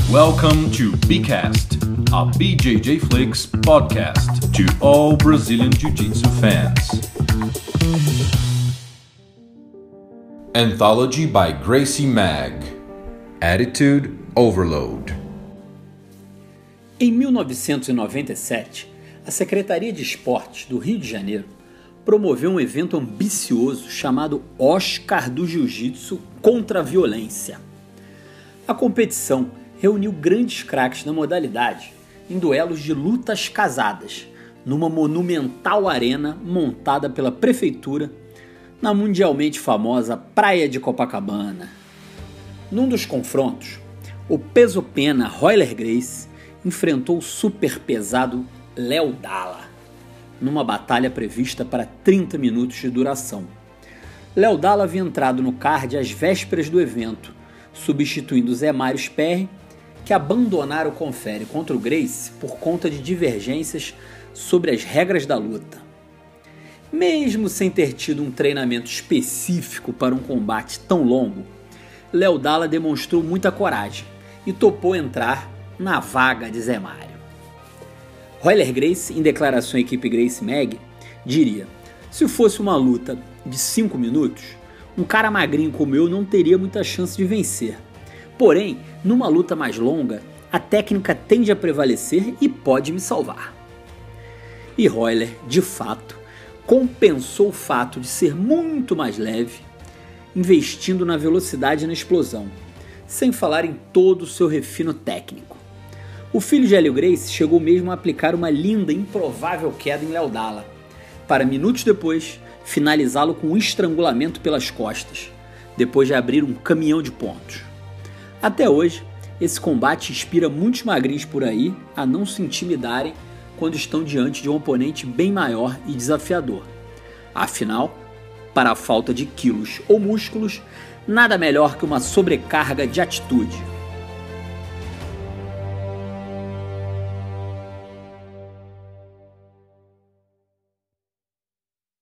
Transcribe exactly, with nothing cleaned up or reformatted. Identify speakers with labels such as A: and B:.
A: Welcome to B-Cast, a B J J Flix podcast to all Brazilian Jiu-Jitsu fans. Anthology by Gracie Mag. Attitude Overload.
B: Em mil novecentos e noventa e sete, a Secretaria de Esportes do Rio de Janeiro promoveu um evento ambicioso chamado Oscar do Jiu-Jitsu contra a Violência. A competição reuniu grandes craques da modalidade em duelos de lutas casadas, numa monumental arena montada pela prefeitura na mundialmente famosa Praia de Copacabana. Num dos confrontos, o peso-pena Royler Gracie enfrentou o super pesado Léo Dalla, numa batalha prevista para trinta minutos de duração. Léo Dalla havia entrado no card às vésperas do evento, substituindo Zé Mário Sperry, que abandonara o confere contra o Gracie por conta de divergências sobre as regras da luta. Mesmo sem ter tido um treinamento específico para um combate tão longo, Léo Dalla demonstrou muita coragem e topou entrar na vaga de Zé Mário. Royler Gracie, em declaração à equipe Gracie Mag, diria: se fosse uma luta de cinco minutos, um cara magrinho como eu não teria muita chance de vencer. Porém, numa luta mais longa, a técnica tende a prevalecer e pode me salvar. E Royler, de fato, compensou o fato de ser muito mais leve, investindo na velocidade e na explosão, sem falar em todo o seu refino técnico. O filho de Hélio Gracie chegou mesmo a aplicar uma linda e improvável queda em Léo Dalla, para minutos depois finalizá-lo com um estrangulamento pelas costas, depois de abrir um caminhão de pontos. Até hoje, esse combate inspira muitos magrinhos por aí a não se intimidarem quando estão diante de um oponente bem maior e desafiador. Afinal, para a falta de quilos ou músculos, nada melhor que uma sobrecarga de atitude.